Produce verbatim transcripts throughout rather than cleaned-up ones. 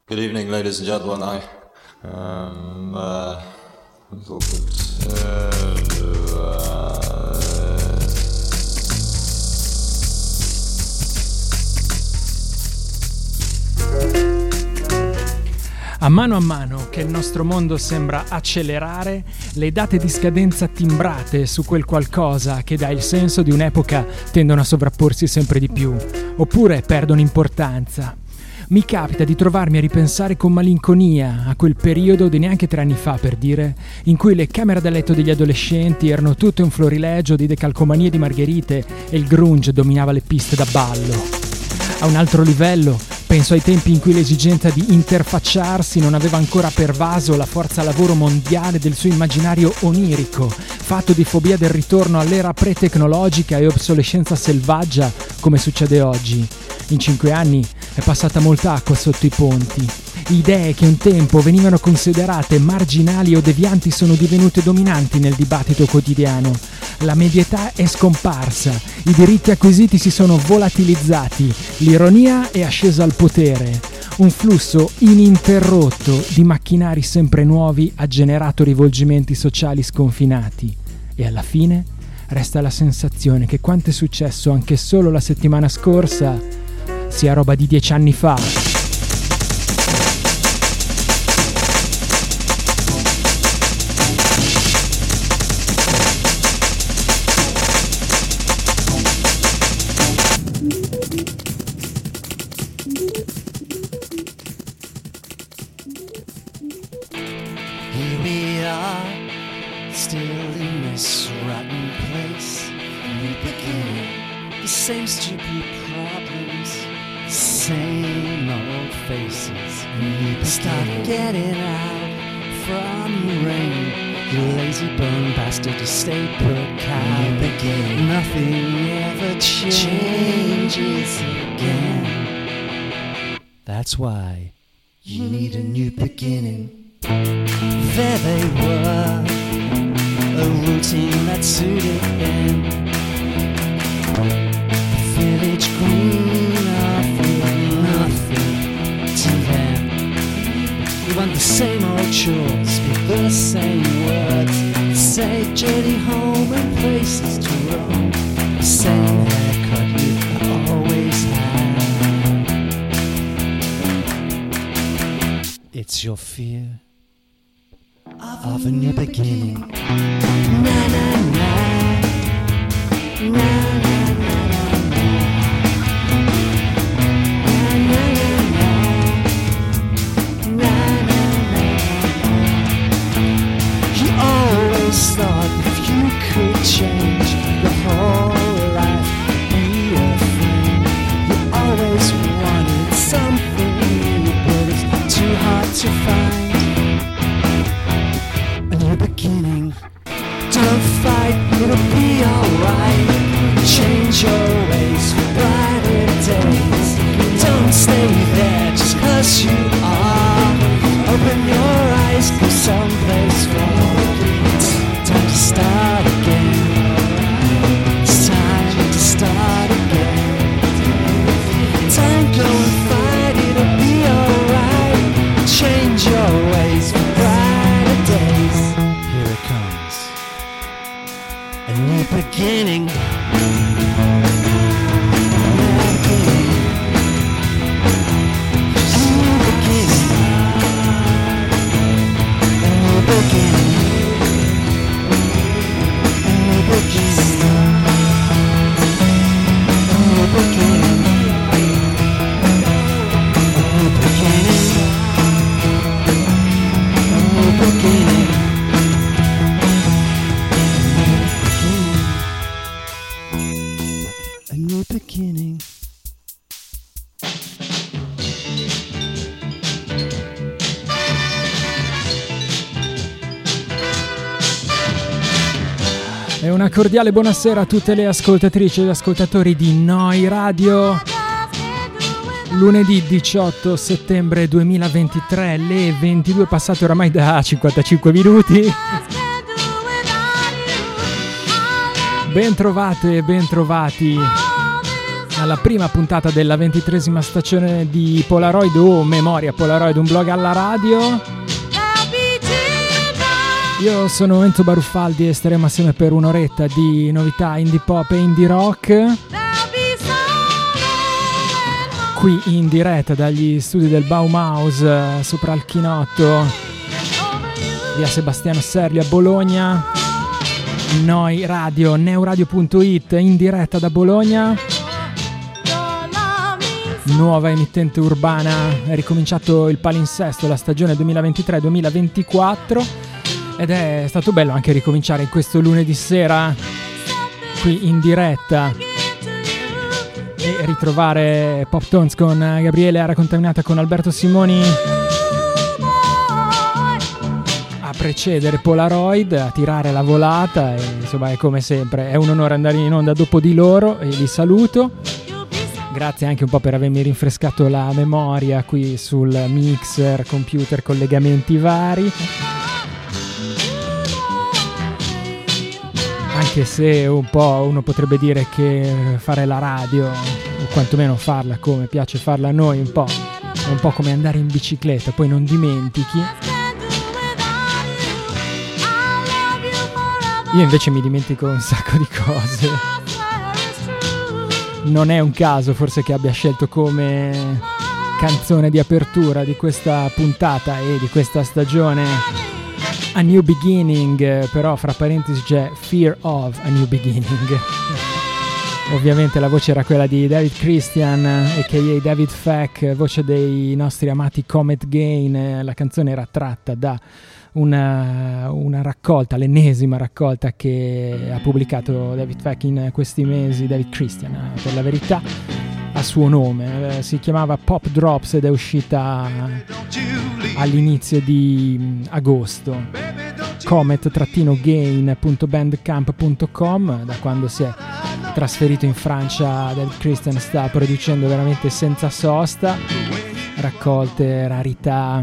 Good evening, ladies and gentlemen. I um uh, A mano a mano che il nostro mondo sembra accelerare, le date di scadenza timbrate su quel qualcosa che dà il senso di un'epoca tendono a sovrapporsi sempre di più, oppure perdono importanza. Mi capita di trovarmi a ripensare con malinconia a quel periodo di neanche tre anni fa, per dire, in cui le camere da letto degli adolescenti erano tutte un florilegio di decalcomanie di margherite e il grunge dominava le piste da ballo. A un altro livello, penso ai tempi in cui l'esigenza di interfacciarsi non aveva ancora pervaso la forza lavoro mondiale del suo immaginario onirico, fatto di fobia del ritorno all'era pre-tecnologica e obsolescenza selvaggia, come succede oggi. In cinque anni è passata molta acqua sotto i ponti. Idee che un tempo venivano considerate marginali o devianti sono divenute dominanti nel dibattito quotidiano. La medietà è scomparsa, i diritti acquisiti si sono volatilizzati, l'ironia è ascesa al potere. Un flusso ininterrotto di macchinari sempre nuovi ha generato rivolgimenti sociali sconfinati. E alla fine resta la sensazione che quanto è successo anche solo la settimana scorsa sia roba di dieci anni fa. Here we are, still in this rotten place. New beginning, the same stupid problems, same old faces. New start getting out from the rain. You lazy bone bastard, you stay put, cow. New beginning, nothing ever changes again. That's why you need a new beginning. There they were, a routine that suited them. Village green offered nothing to them. You want the same old chores, speak the same words, the same journey home and places to roam, the same haircut you always had. It's your fear of a new beginning. Na na na, na na na na na, na na na, na na na. You always thought if you could change your whole life, be a friend. You always wanted something new, but it's too hard to find. Beginning. Don't fight, it'll be alright. Change your ways for brighter days. Don't stay there just cause you are. Open your eyes, go someplace wrong. It's time to start again. It's time to start again. Time, go and fight, it'll be alright. Change your ways for brighter days. A new beginning. E una cordiale buonasera a tutte le ascoltatrici e gli ascoltatori di Noi Radio. Lunedì diciotto settembre duemilaventitré, le ventidue passate oramai da cinquantacinque minuti. Ben trovate e ben trovati alla prima puntata della ventitreesima stagione di Polaroid o Memoria Polaroid, un blog alla radio. Io sono Enzo Baruffaldi e staremo assieme per un'oretta di novità indie pop e indie rock, qui in diretta dagli studi del Baumhaus sopra il Chinotto, via Sebastiano Serli a Bologna. Noi Radio, neuradio punto it, in diretta da Bologna. Nuova emittente urbana, è ricominciato il palinsesto, la stagione duemilaventitré duemilaventiquattro, ed è stato bello anche ricominciare in questo lunedì sera qui in diretta e ritrovare Pop Tones con Gabriele Era Contaminata con Alberto Simoni a precedere Polaroid, a tirare la volata, e insomma è come sempre, è un onore andare in onda dopo di loro e li saluto. Grazie anche un po' per avermi rinfrescato la memoria qui sul mixer, computer, collegamenti vari. Anche se un po' uno potrebbe dire che fare la radio, o quantomeno farla come piace farla a noi, un po' è un po' come andare in bicicletta, poi non dimentichi. Io invece mi dimentico un sacco di cose. Non è un caso forse che abbia scelto come canzone di apertura di questa puntata e di questa stagione A New Beginning, però fra parentesi c'è Fear of a New Beginning. Ovviamente la voce era quella di David Christian, a k a. David Feck, voce dei nostri amati Comet Gain. La canzone era tratta da una, una raccolta, l'ennesima raccolta che ha pubblicato David Feck in questi mesi, David Christian per la verità, a suo nome. Si chiamava Pop Drops ed è uscita all'inizio di agosto. comet gain punto bandcamp punto com. Da quando si è trasferito in Francia David Christian sta producendo veramente senza sosta raccolte, rarità,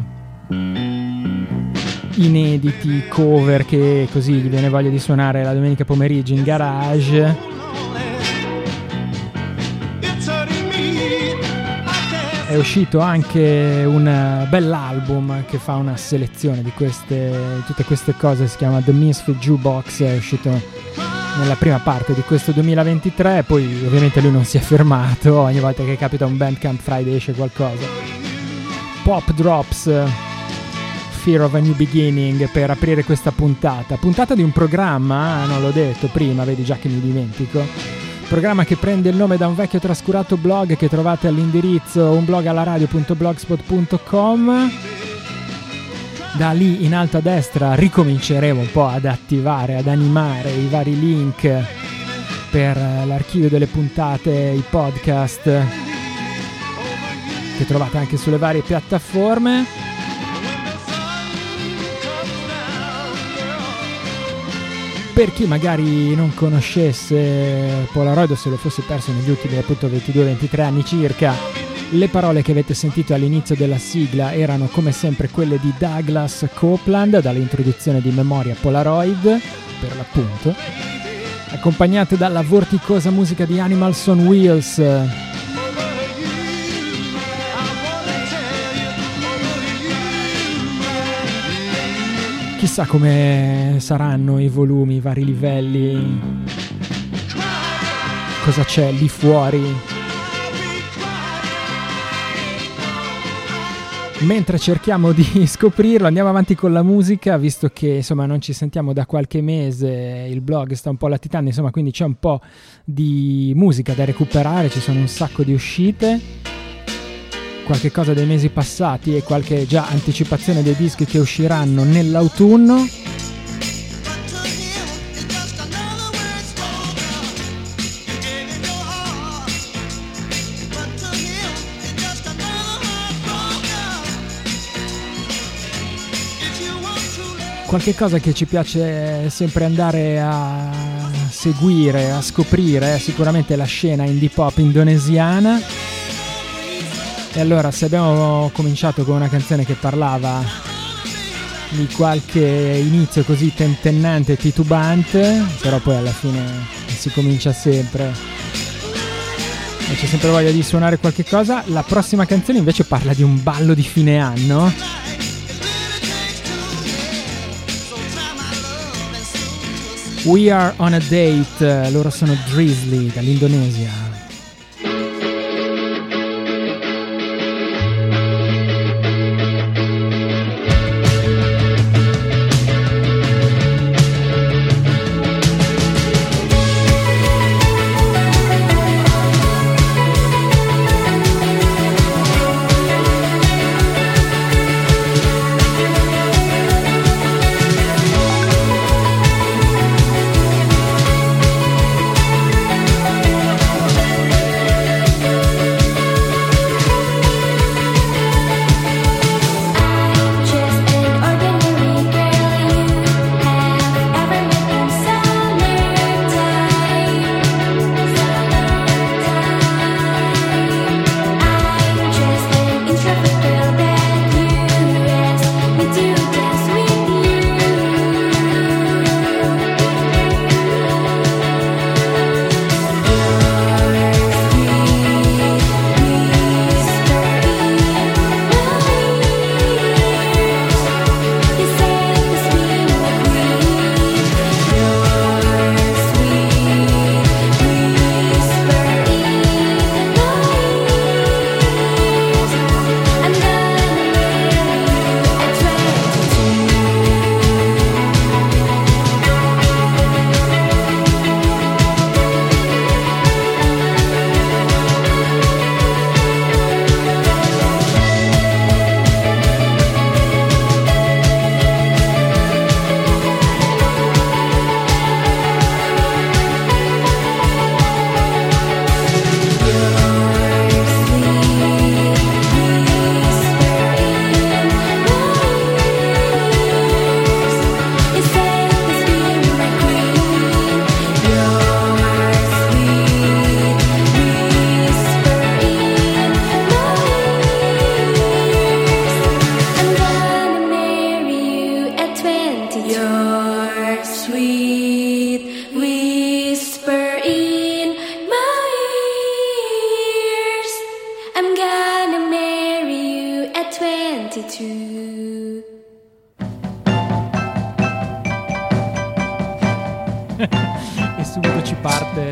inediti, cover che così gli viene voglia di suonare la domenica pomeriggio in garage. È uscito anche un bell'album che fa una selezione di queste, tutte queste cose, si chiama The Misfit Jukebox, è uscito nella prima parte di questo duemilaventitré, poi ovviamente lui non si è fermato, ogni volta che capita un Bandcamp Friday esce qualcosa. Pop Drops, Fear of a New Beginning, per aprire questa puntata. Puntata di un programma, non l'ho detto prima, vedi già che mi dimentico. Programma che prende il nome da un vecchio trascurato blog che trovate all'indirizzo unblogallaradio punto blogspot punto com. Da lì in alto a destra ricominceremo un po' ad attivare, ad animare i vari link per l'archivio delle puntate, i podcast che trovate anche sulle varie piattaforme. Per chi magari non conoscesse Polaroid o se lo fosse perso negli ultimi appunto ventidue ventitré anni circa, le parole che avete sentito all'inizio della sigla erano come sempre quelle di Douglas Copeland dall'introduzione di Memoria Polaroid, per l'appunto, accompagnate dalla vorticosa musica di Animals on Wheels. Chissà come saranno i volumi, i vari livelli, cosa c'è lì fuori. Mentre cerchiamo di scoprirlo, andiamo avanti con la musica, visto che insomma non ci sentiamo da qualche mese, il blog sta un po' latitando, insomma, quindi c'è un po' di musica da recuperare, ci sono un sacco di uscite, qualche cosa dei mesi passati e qualche già anticipazione dei dischi che usciranno nell'autunno. Qualche cosa che ci piace sempre andare a seguire, a scoprire, è sicuramente la scena indie pop indonesiana. E allora, se abbiamo cominciato con una canzone che parlava di qualche inizio così tentennante e titubante, però poi alla fine si comincia sempre, e c'è sempre voglia di suonare qualche cosa. La prossima canzone invece parla di un ballo di fine anno. We Are On A Date, loro sono Drizzly dall'Indonesia. E subito ci parte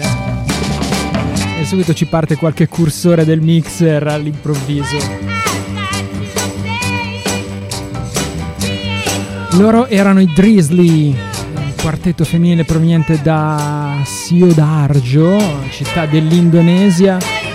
E subito ci parte qualche cursore del mixer all'improvviso. Loro erano i Drizzly, un quartetto femminile proveniente da Sidoarjo, città dell'Indonesia.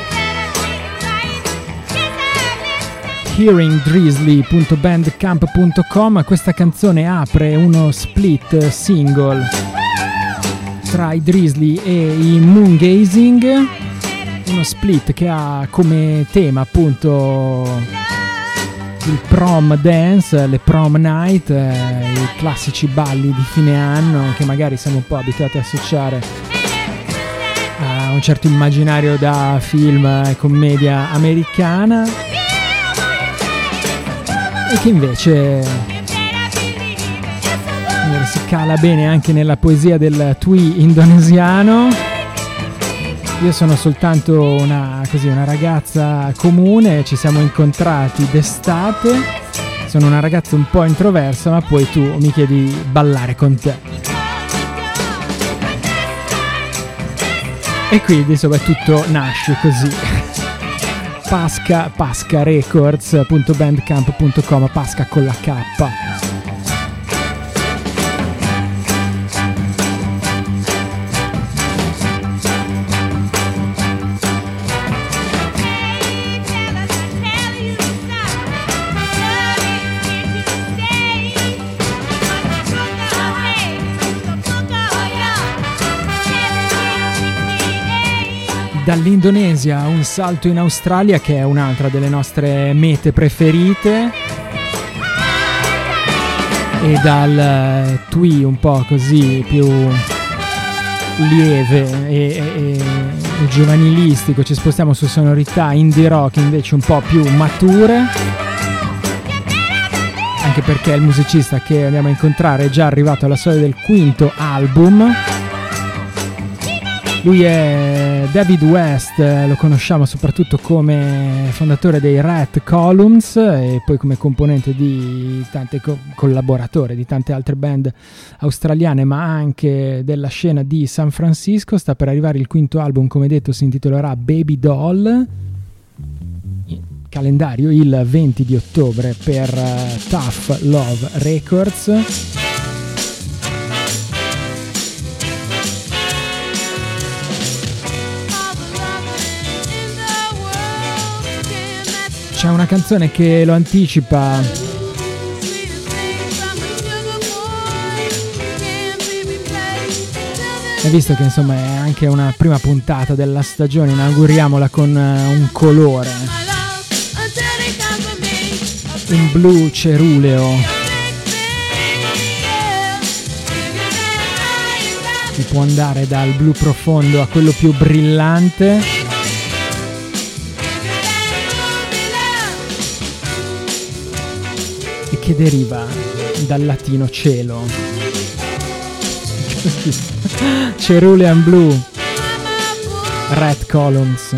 hearing drizzly punto bandcamp punto com. Questa canzone apre uno split single tra i Drizzly e i Moongazing, uno split che ha come tema appunto il prom dance, le prom night, eh, i classici balli di fine anno che magari siamo un po' abituati a associare a un certo immaginario da film e commedia americana, e che invece si cala bene anche nella poesia del Twi indonesiano. Io sono soltanto una, così, una ragazza comune, ci siamo incontrati d'estate, sono una ragazza un po' introversa, ma poi tu mi chiedi di ballare con te. E quindi insomma tutto nasce così. Pasca, pasca records punto bandcamp punto com, Pasca con la K. Dall'Indonesia un salto in Australia, che è un'altra delle nostre mete preferite, e dal Twi un po' così più lieve e, e, e giovanilistico ci spostiamo su sonorità indie rock invece un po' più mature, anche perché il musicista che andiamo a incontrare è già arrivato alla soglia del quinto album. Lui è David West lo conosciamo soprattutto come fondatore dei Rat Columns e poi come componente di tante co- collaboratore di tante altre band australiane, ma anche della scena di San Francisco. Sta per arrivare il quinto album, come detto, si intitolerà Baby Doll. Calendario il venti di ottobre per uh, Tough Love Records. C'è una canzone che lo anticipa, e visto che insomma è anche una prima puntata della stagione, inauguriamola con uh, un colore, un blu ceruleo che può andare dal blu profondo a quello più brillante e che deriva dal latino cielo. Cerulean Blue, Rat Columns.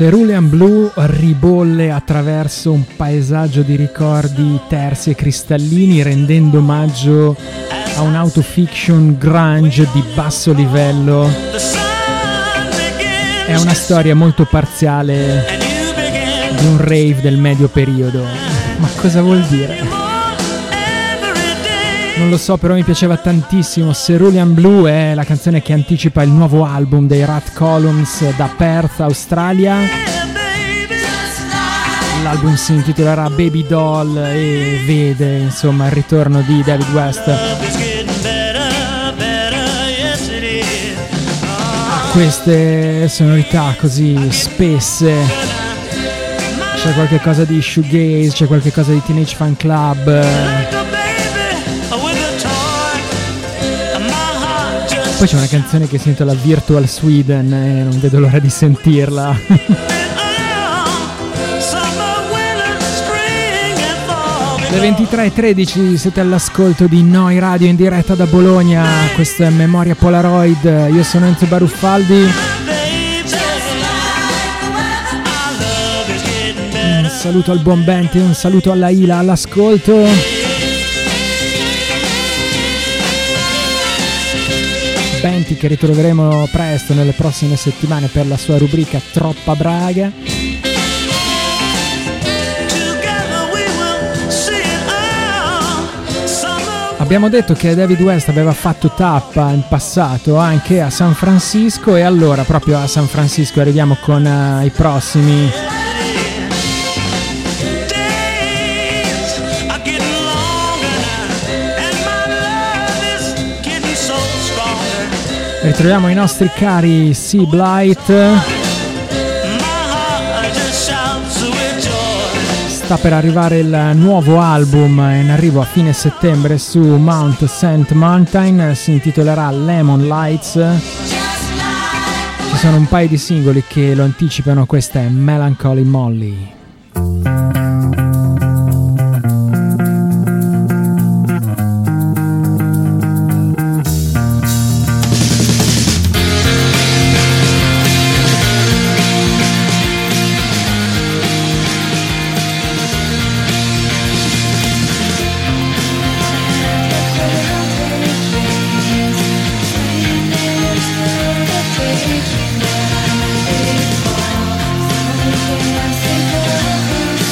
Cerulean Blue ribolle attraverso un paesaggio di ricordi tersi e cristallini, rendendo omaggio a un autofiction grunge di basso livello. È una storia molto parziale di un rave del medio periodo. Ma cosa vuol dire? Non lo so, però mi piaceva tantissimo. Cerulean Blue è la canzone che anticipa il nuovo album dei Rat Columns da Perth, Australia. L'album si intitolerà Baby Doll e vede insomma il ritorno di David West a queste sonorità così spesse. C'è qualche cosa di shoegaze, c'è qualche cosa di Teenage Fan Club. Poi c'è una canzone che si intitola Virtual Sweden e non vedo l'ora di sentirla. Le ventitré e tredici siete all'ascolto di Noi Radio in diretta da Bologna. Questa è Memoria Polaroid. Io sono Enzo Baruffaldi. Un saluto al buon Benti, un saluto alla Ila all'ascolto. Benti che ritroveremo presto nelle prossime settimane per la sua rubrica Troppa Braga. Abbiamo detto che David West aveva fatto tappa in passato anche a San Francisco e allora proprio a San Francisco arriviamo con uh, i prossimi. Ritroviamo i nostri cari Sea Blight. Sta per arrivare il nuovo album in arrivo a fine settembre su Mount Saint Mountain, si intitolerà Lemon Lights. Ci sono un paio di singoli che lo anticipano, questa è Melancholy Molly. Thank you.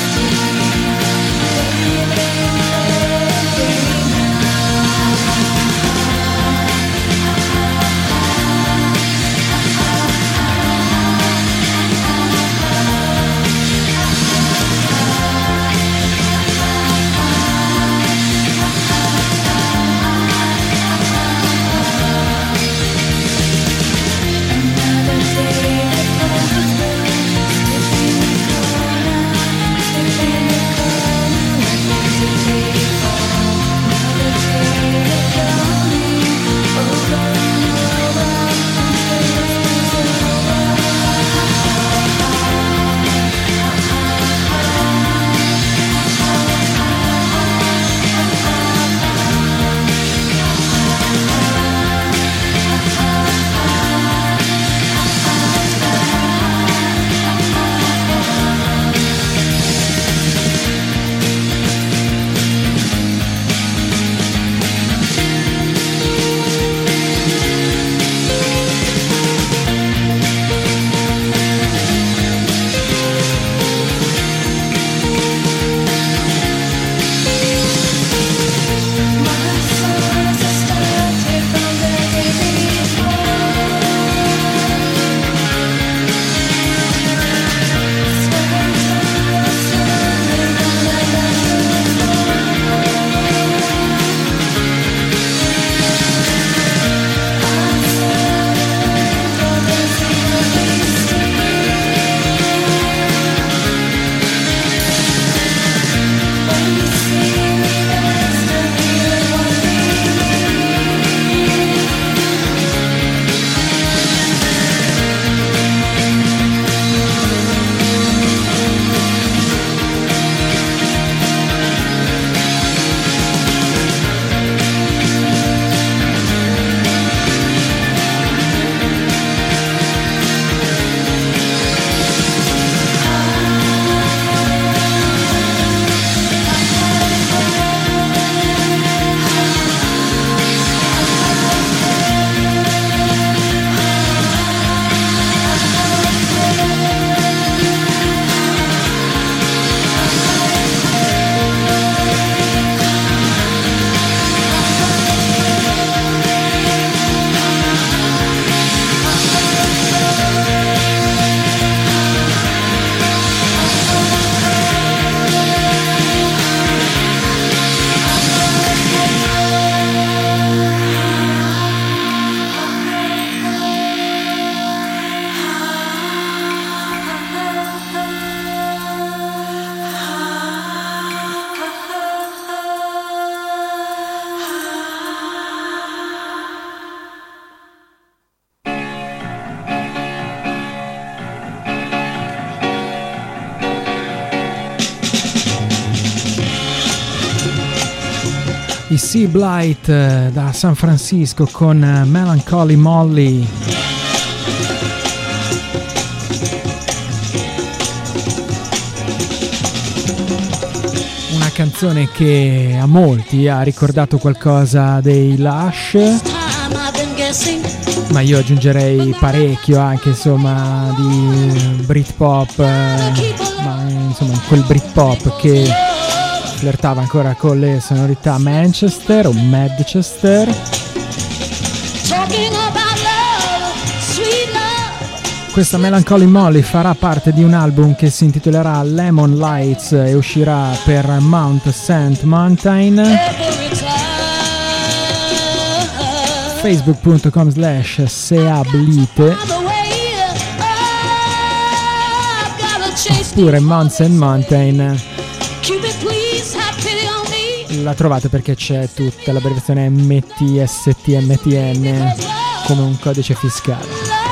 I Sea Blight eh, da San Francisco con eh, Melancholy Molly. Una canzone che a molti ha ricordato qualcosa dei Lush, ma io aggiungerei parecchio anche, insomma, di Britpop, eh, ma insomma quel Britpop che flirtava ancora con le sonorità Manchester o Manchester. Questa Melancholy Molly farà parte di un album che si intitolerà Lemon Lights e uscirà per Mount Saint Mountain. Facebook.com slash seablite oppure Mount Saint Mountain. La trovate perché c'è tutta l'abbreviazione M T S T M T N come un codice fiscale.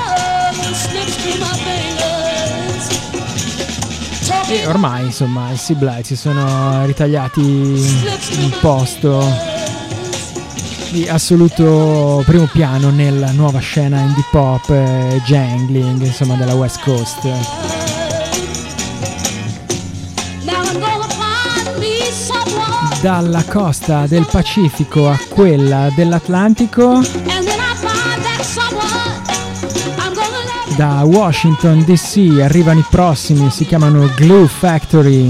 E ormai insomma i Sea Blight si sono ritagliati un posto di assoluto primo piano nella nuova scena indie pop e jangling, insomma, della West Coast. Dalla costa del Pacifico a quella dell'Atlantico, da Washington D C arrivano i prossimi, si chiamano Glue Factory.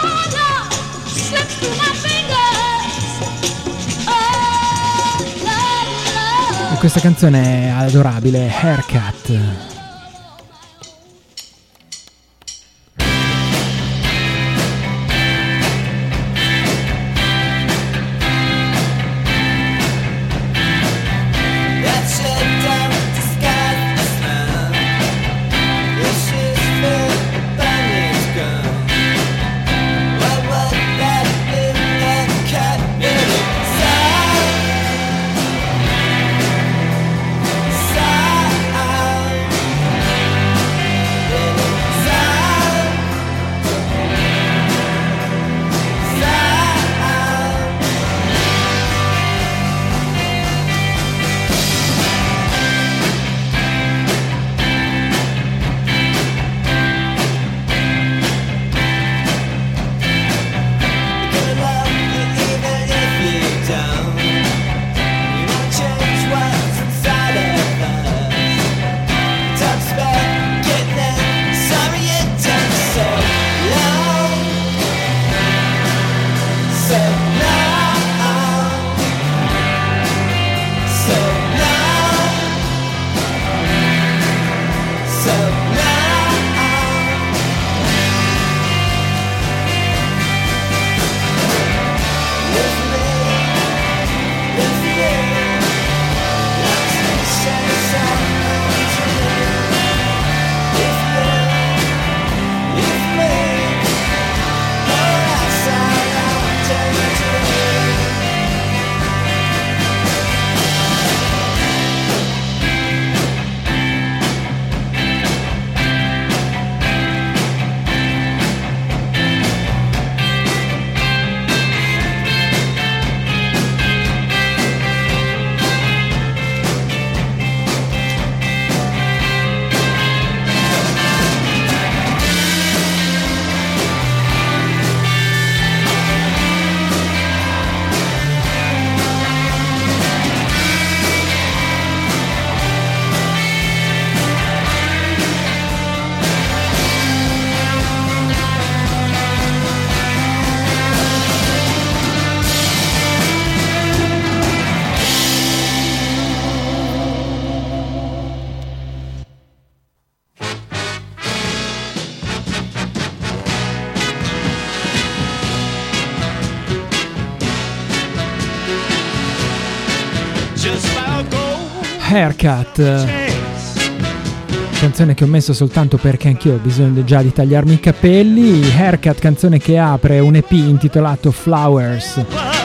E questa canzone è adorabile, Haircut. Haircut, canzone che ho messo soltanto perché anch'io ho bisogno già di tagliarmi i capelli. Haircut, canzone che apre un E P intitolato Flowers,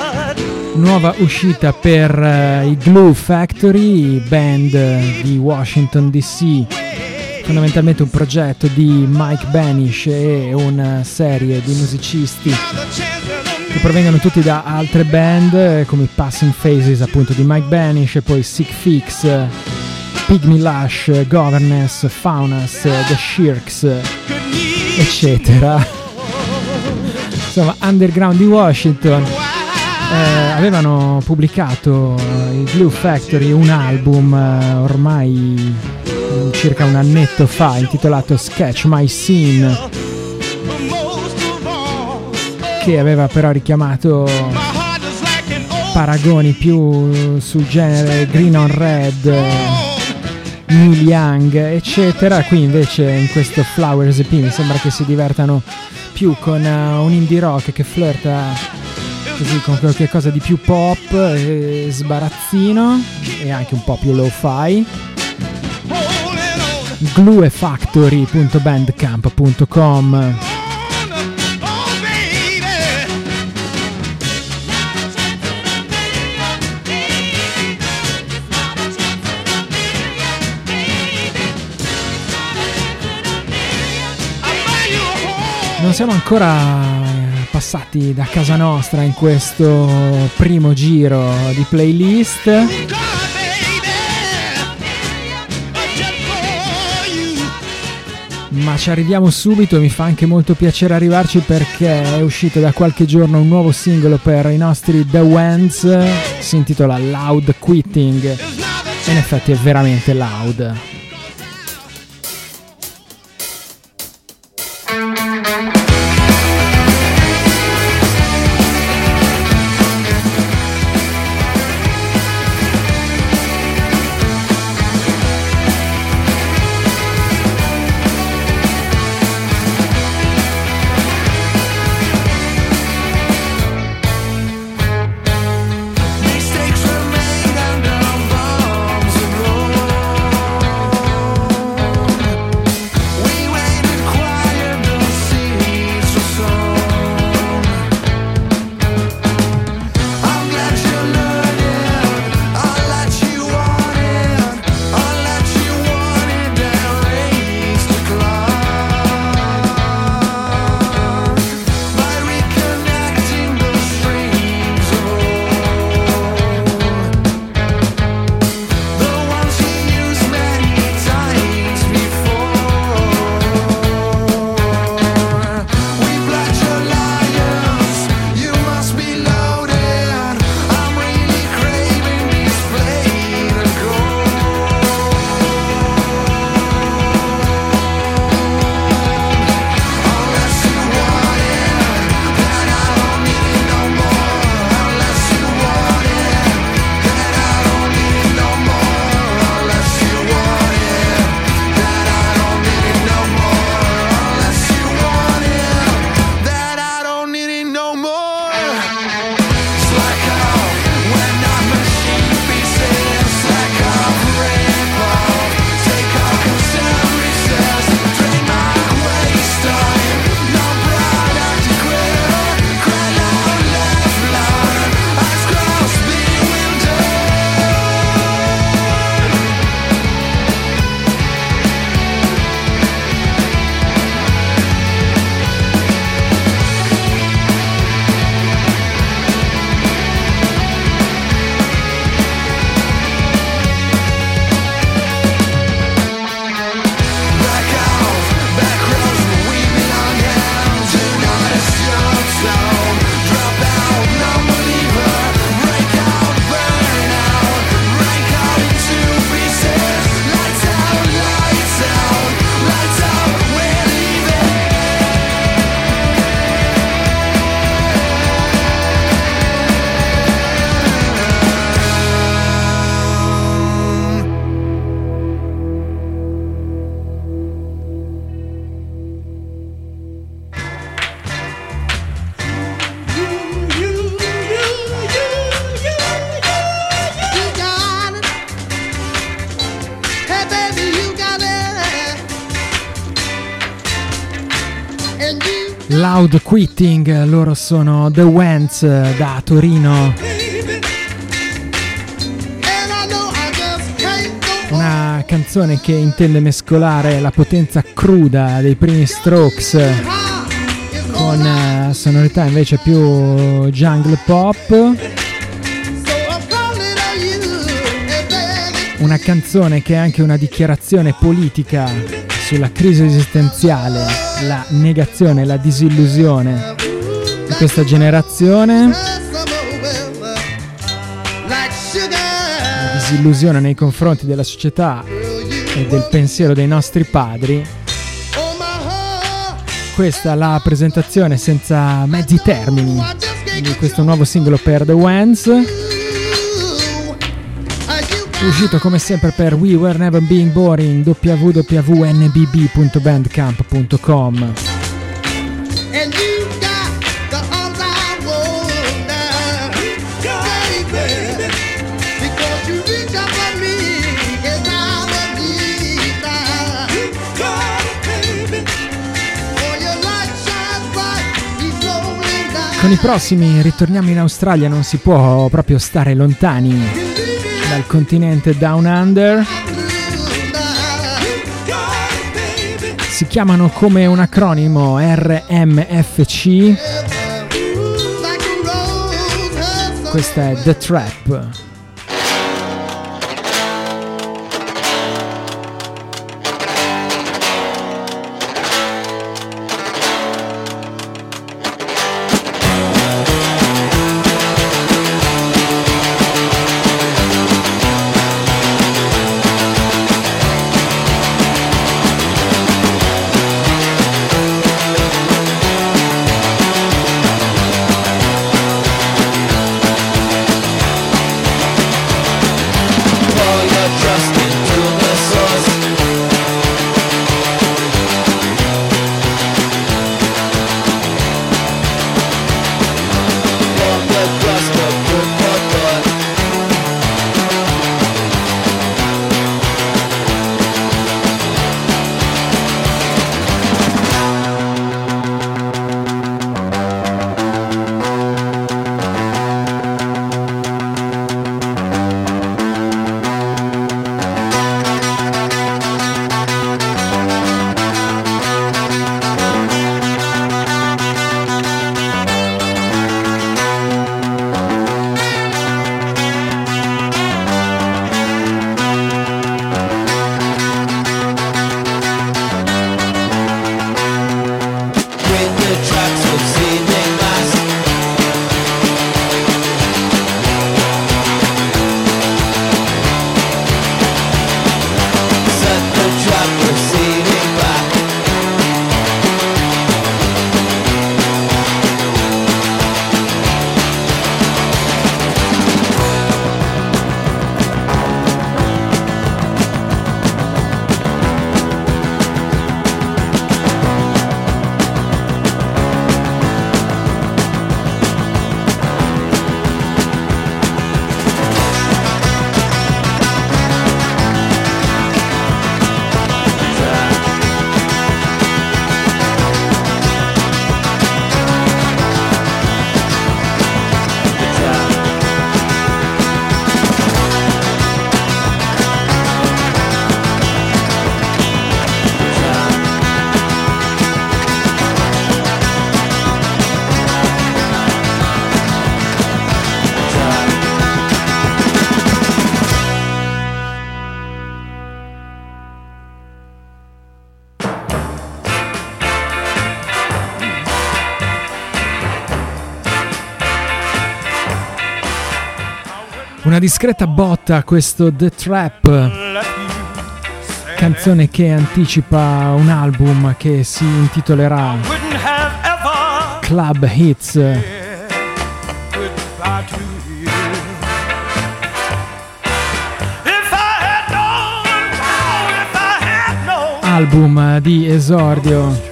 nuova uscita per uh, i Glue Factory, band di Washington D C, fondamentalmente un progetto di Mike Banish e una serie di musicisti che provengono tutti da altre band come i Passing Phases appunto di Mike Banish, e poi Sick Fix, Pygmy Lush, Governess, Faunus, The Shirks, eccetera. Insomma, underground di Washington. Eh, avevano pubblicato i Glue Factory un album eh, ormai circa un annetto fa intitolato Sketch My Scene, che aveva però richiamato paragoni più sul genere Green on Red, Neil Young, eccetera. Qui invece in questo Flowers E P mi sembra che si divertano più con uh, un indie rock che flirta così con qualche cosa di più pop e sbarazzino e anche un po' più lo-fi. Gluefactory punto bandcamp punto com. Non siamo ancora passati da casa nostra in questo primo giro di playlist, ma ci arriviamo subito. Mi fa anche molto piacere arrivarci perché è uscito da qualche giorno un nuovo singolo per i nostri The Wands, si intitola Loud Quitting e in effetti è veramente loud. Loud Quitting, loro sono The Wands da Torino. Una canzone che intende mescolare la potenza cruda dei primi Strokes con uh, sonorità invece più jungle pop. Una canzone che è anche una dichiarazione politica sulla crisi esistenziale, la negazione, la disillusione di questa generazione, la disillusione nei confronti della società e del pensiero dei nostri padri. Questa è la presentazione senza mezzi termini di questo nuovo singolo per The Wens, uscito come sempre per We Were Never Being Boring, w w w punto n b b punto bandcamp punto com. Con i prossimi ritorniamo in Australia, non si può proprio stare lontani dal continente Down Under. Si chiamano come un acronimo R M F C. Questa è The Trap. Una discreta botta a questo The Trap, canzone che anticipa un album che si intitolerà Club Hits. Album di esordio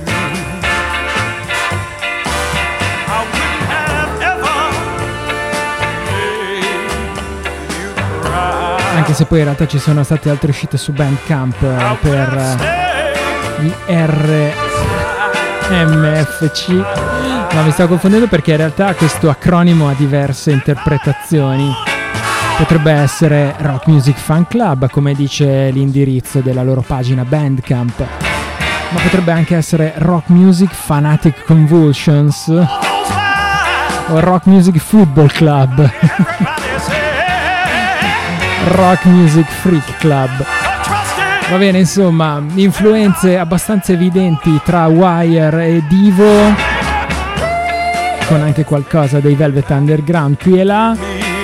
anche se poi in realtà ci sono state altre uscite su Bandcamp per gli R M F C, ma mi stavo confondendo perché in realtà questo acronimo ha diverse interpretazioni. Potrebbe essere Rock Music Fan Club, come dice l'indirizzo della loro pagina Bandcamp, ma potrebbe anche essere Rock Music Fanatic Convulsions o Rock Music Football Club. Rock Music Freak Club. Va bene, insomma, influenze abbastanza evidenti tra Wire e Divo, con anche qualcosa dei Velvet Underground qui e là.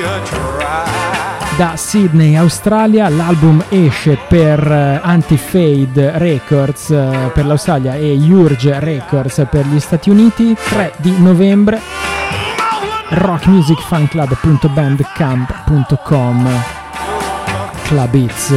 Da Sydney, Australia, l'album esce per Anti-Fade Records per l'Australia e Urge Records per gli Stati Uniti, tre di novembre. rock music fan club punto bandcamp punto com. Club Hits.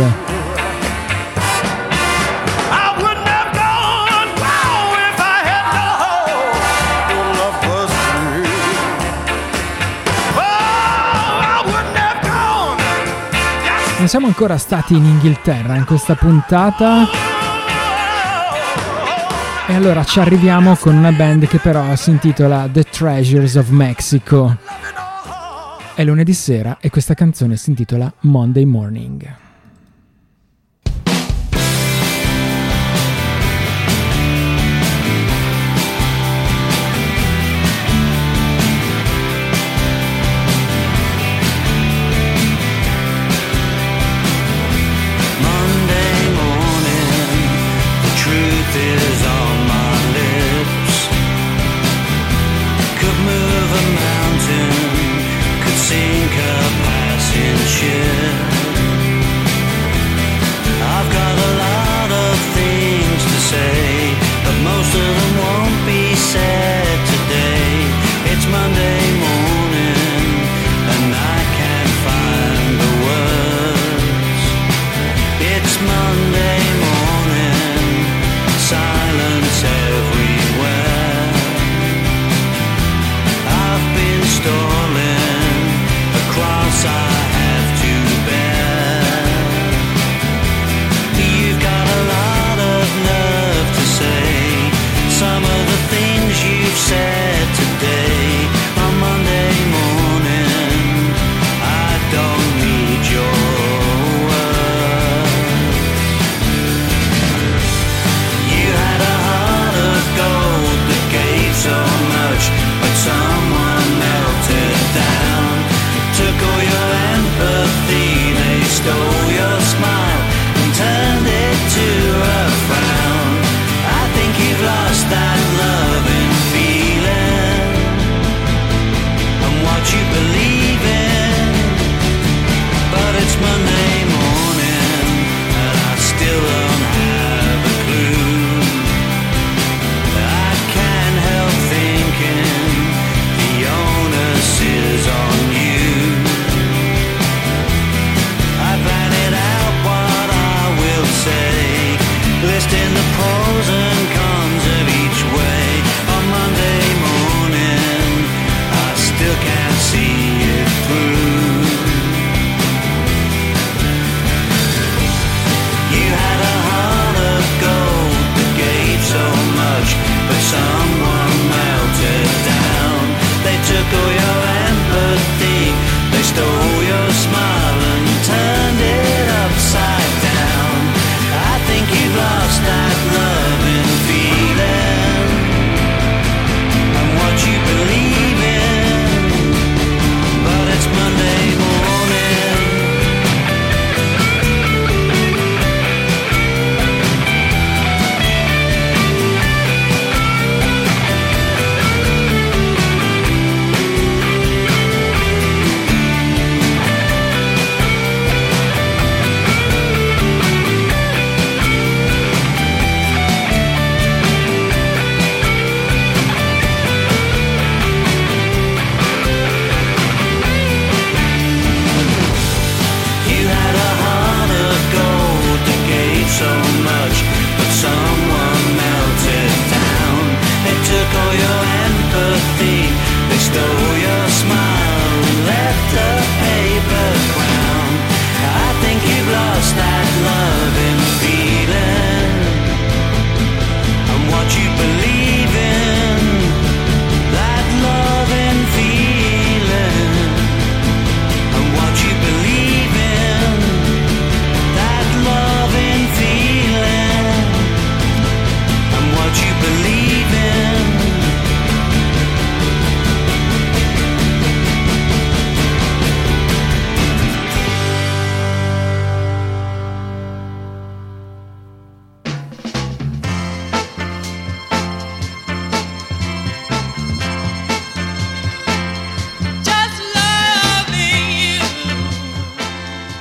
Non siamo ancora stati in Inghilterra in questa puntata, e allora ci arriviamo con una band che però si intitola The Treasures of Mexico. È lunedì sera e questa canzone si intitola Monday Morning. I have to bear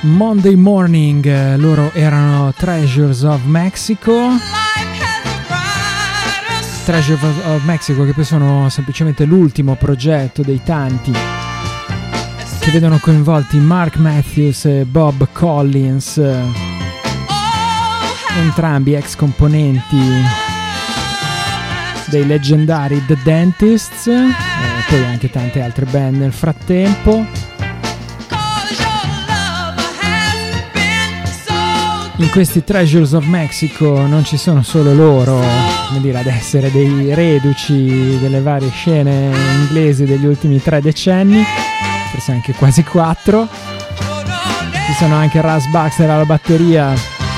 Monday Morning, loro erano Treasures of Mexico. Treasures of Mexico, che poi sono semplicemente l'ultimo progetto dei tanti che vedono coinvolti Mark Matthews e Bob Collins, entrambi ex componenti dei leggendari The Dentists, e poi anche tante altre band nel frattempo. In questi Treasures of Mexico non ci sono solo loro, come dire, ad essere dei reduci delle varie scene inglesi degli ultimi tre decenni, forse anche quasi quattro. Ci sono anche Russ Baxter alla batteria,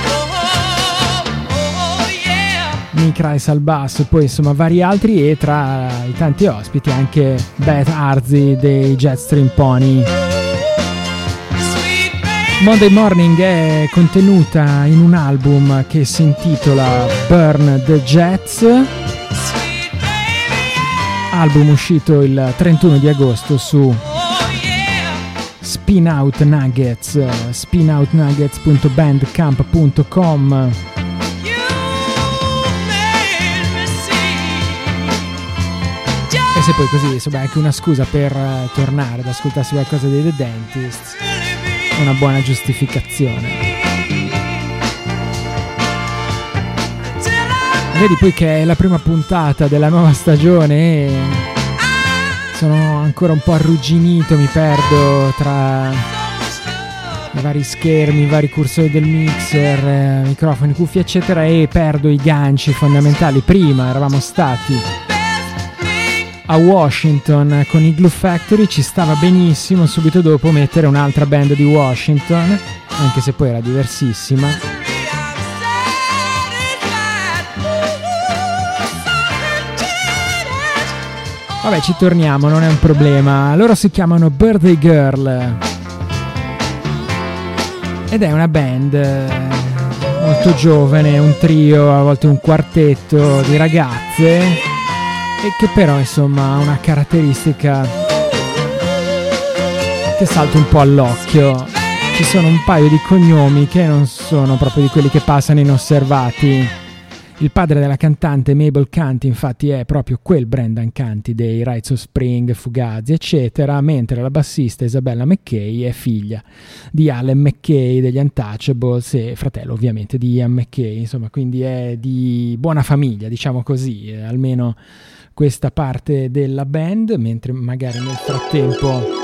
Nick Rice al basso e poi insomma vari altri, e tra i tanti ospiti anche Beth Arzi dei Jetstream Pony. Monday Morning è contenuta in un album che si intitola Burn the Jets, album uscito il trentuno di agosto su Spin Out Nuggets, spin out nuggets punto bandcamp punto com. E se poi così insomma è anche una scusa per uh, tornare ad ascoltarsi qualcosa dei The Dentists, una buona giustificazione. Vedi poi che è la prima puntata della nuova stagione e sono ancora un po' arrugginito, mi perdo tra i vari schermi, i vari cursori del mixer, eh, microfoni, cuffie eccetera, e perdo i ganci fondamentali. Prima eravamo stati a Washington con i Glue Factory, ci stava benissimo, subito dopo mettere un'altra band di Washington, anche se poi era diversissima. Vabbè, ci torniamo, non è un problema. Loro si chiamano Birthday Girl ed è una band molto giovane, un trio, a volte un quartetto di ragazze, e che però insomma ha una caratteristica che salta un po' all'occhio. Ci sono un paio di cognomi che non sono proprio di quelli che passano inosservati. Il padre della cantante Mabel Canty infatti è proprio quel Brendan Canty dei Rites of Spring, Fugazi eccetera, mentre la bassista Isabella McKay è figlia di Alan McKay degli Untouchables e fratello ovviamente di Ian McKay, insomma, quindi è di buona famiglia, diciamo così, eh, almeno questa parte della band, mentre magari nel frattempo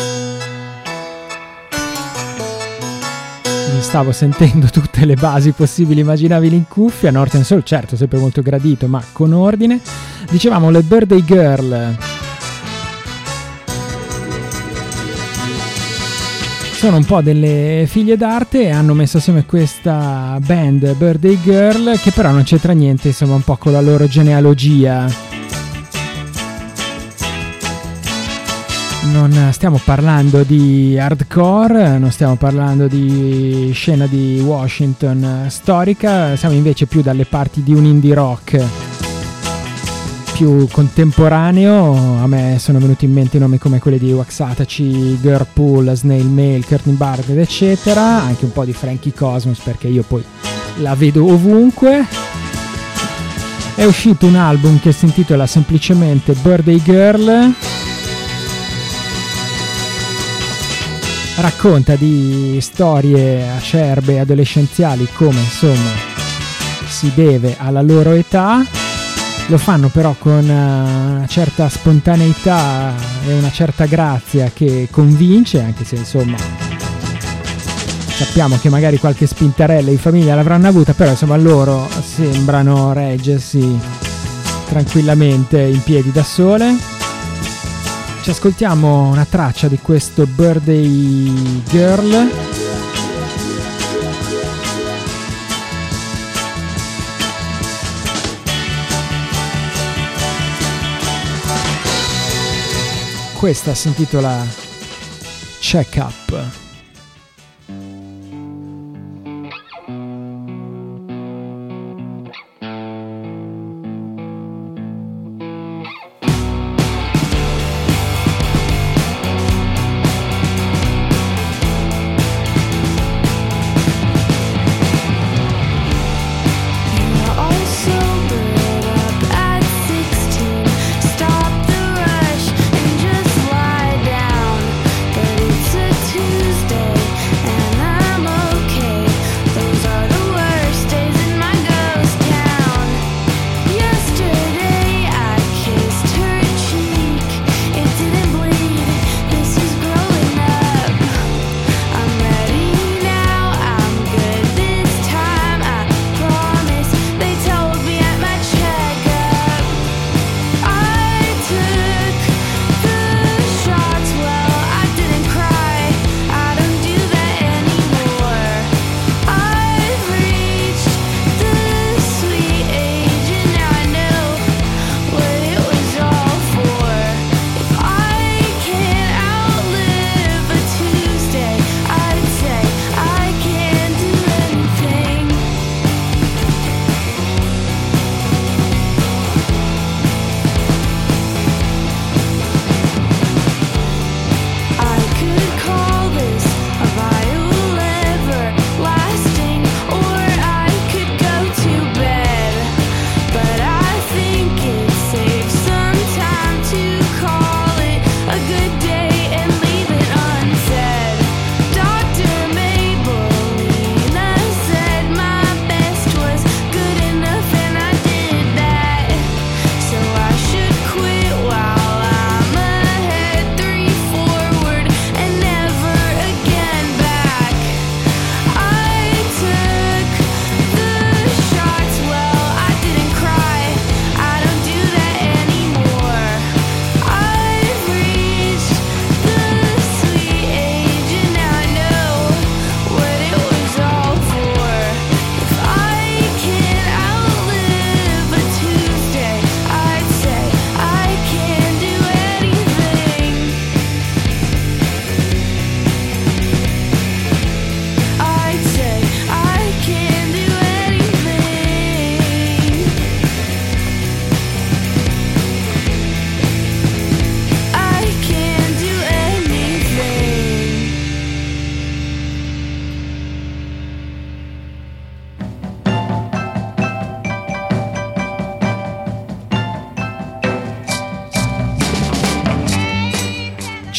mi stavo sentendo tutte le basi possibili immaginabili in cuffia. North and Soul, certo, sempre molto gradito, ma con ordine. Dicevamo le Birthday Girl sono un po' delle figlie d'arte e hanno messo assieme questa band Birthday Girl, che però non c'entra niente insomma un po' con la loro genealogia. Non stiamo parlando di hardcore, non stiamo parlando di scena di Washington storica, siamo invece più dalle parti di un indie rock più contemporaneo. A me sono venuti in mente nomi come quelli di Waxahachie, Girlpool, Snail Mail, Courtney Barnett eccetera, anche un po' di Frankie Cosmos perché io poi la vedo ovunque. È uscito un album che si intitola semplicemente Birthday Girl. Racconta di storie acerbe adolescenziali come insomma si deve alla loro età, lo fanno però con una certa spontaneità e una certa grazia che convince, anche se insomma sappiamo che magari qualche spintarella in famiglia l'avranno avuta, però insomma loro sembrano reggersi tranquillamente in piedi da sole. Ci ascoltiamo una traccia di questo Birthday Girl. Questa si intitola Check Up.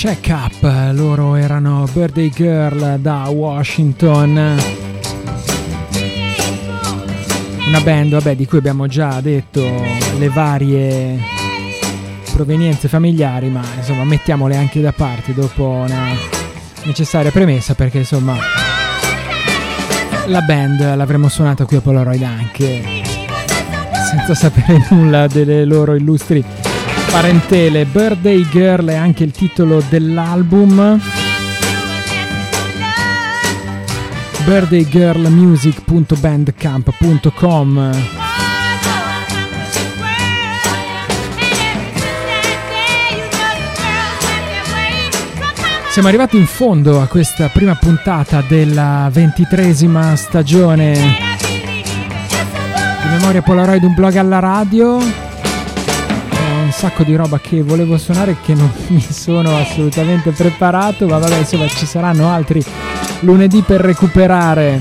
Check Up, loro erano Birthday Girl da Washington, una band, vabbè, di cui abbiamo già detto le varie provenienze familiari, ma insomma mettiamole anche da parte dopo una necessaria premessa, perché insomma la band l'avremmo suonata qui a Polaroid anche senza sapere nulla delle loro illustri parentele. Birthday Girl è anche il titolo dell'album. birthday girl music punto bandcamp punto com. Siamo arrivati in fondo a questa prima puntata della ventitresima stagione di Memoria Polaroid, un blog alla radio. Un sacco di roba che volevo suonare che non mi sono assolutamente preparato, ma vabbè, insomma ci saranno altri lunedì per recuperare.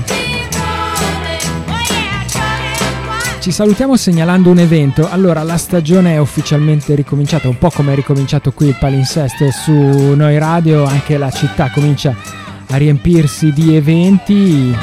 Ci salutiamo segnalando un evento. Allora, la stagione è ufficialmente ricominciata, un po' come è ricominciato qui il palinsesto su Noi Radio, anche la città comincia a riempirsi di eventi.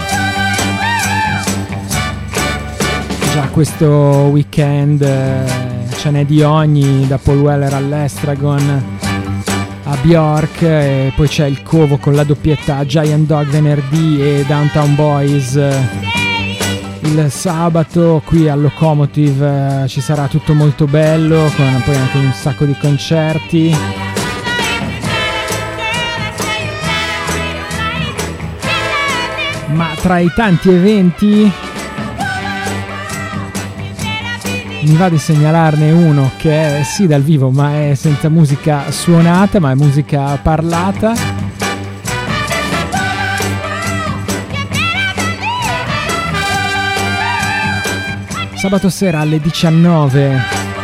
Già questo weekend eh, ce n'è di ogni, da Paul Weller all'Estragon a Bjork, e poi c'è il covo con la doppietta Giant Dog venerdì e Downtown Boys il sabato. Qui al Locomotive eh, ci sarà tutto molto bello, con poi anche un sacco di concerti. Ma tra i tanti eventi mi va di segnalarne uno che è sì dal vivo, ma è senza musica suonata, ma è musica parlata. Sabato sera alle diciannove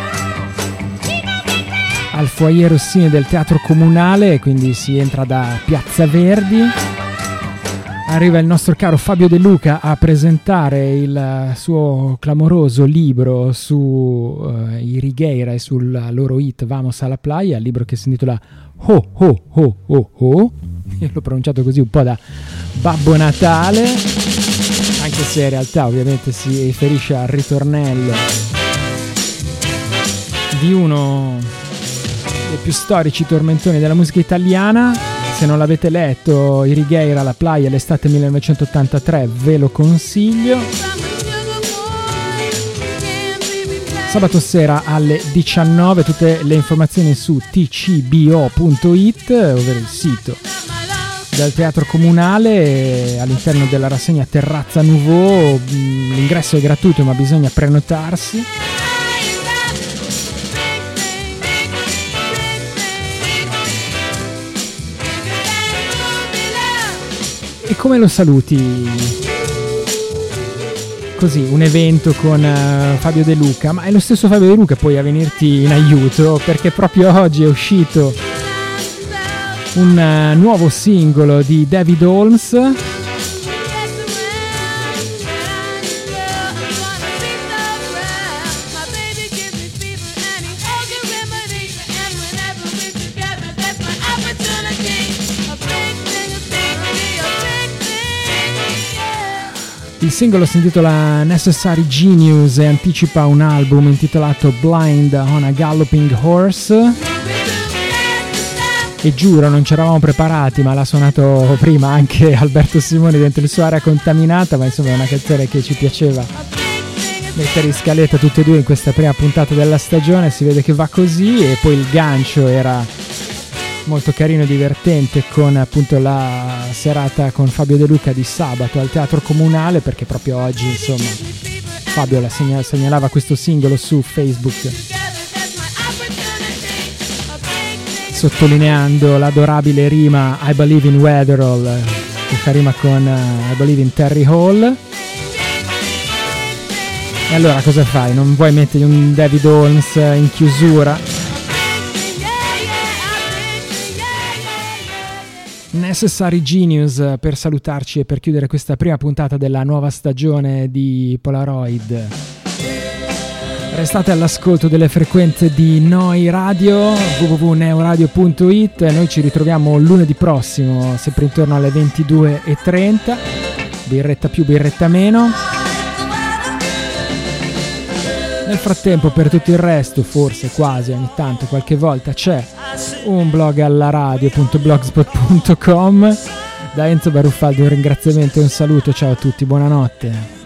al Foyer Rossini del Teatro Comunale, quindi si entra da Piazza Verdi. Arriva il nostro caro Fabio De Luca a presentare il suo clamoroso libro su uh, i Righeira e sul loro hit Vamos a la Playa, il libro che si intitola Ho Ho Ho Ho Ho. Io l'ho pronunciato così un po' da Babbo Natale, anche se in realtà ovviamente si riferisce al ritornello di uno dei più storici tormentoni della musica italiana. Se non l'avete letto, i Righeira, La Playa, l'estate millenovecentottantatré, ve lo consiglio. Sabato sera alle diciannove, tutte le informazioni su t c b o punto i t, ovvero il sito del Teatro Comunale, all'interno della rassegna Terrazza Nouveau. L'ingresso è gratuito, ma bisogna prenotarsi. E come lo saluti? Così, un evento con uh, Fabio De Luca, ma è lo stesso Fabio De Luca poi a venirti in aiuto, perché proprio oggi è uscito un uh, nuovo singolo di David Holmes, Il singolo si intitola Necessary Genius e anticipa un album intitolato Blind on a Galloping Horse. E giuro, non ci eravamo preparati, ma l'ha suonato prima anche Alberto Simoni dentro il suo Area Contaminata, ma insomma è una canzone che ci piaceva mettere in scaletta tutte e due in questa prima puntata della stagione. Si vede che va così, e poi il gancio era molto carino e divertente con appunto la serata con Fabio De Luca di sabato al Teatro Comunale, perché proprio oggi insomma Fabio la segnal- segnalava questo singolo su Facebook, sottolineando l'adorabile rima I Believe in Weatherall, che fa rima con uh, I Believe in Terry Hall. E allora cosa fai? Non vuoi mettere un David Holmes in chiusura? Necessary Genius per salutarci e per chiudere questa prima puntata della nuova stagione di Polaroid. Restate all'ascolto delle frequenze di Noi Radio, w w w punto neoradio punto it. Noi ci ritroviamo lunedì prossimo, sempre intorno alle ventidue e trenta, birretta più, birretta meno. Nel frattempo, per tutto il resto, forse quasi ogni tanto, qualche volta, c'è un blog alla radio punto blogspot punto com. Da Enzo Baruffaldi un ringraziamento e un saluto, ciao a tutti, buonanotte.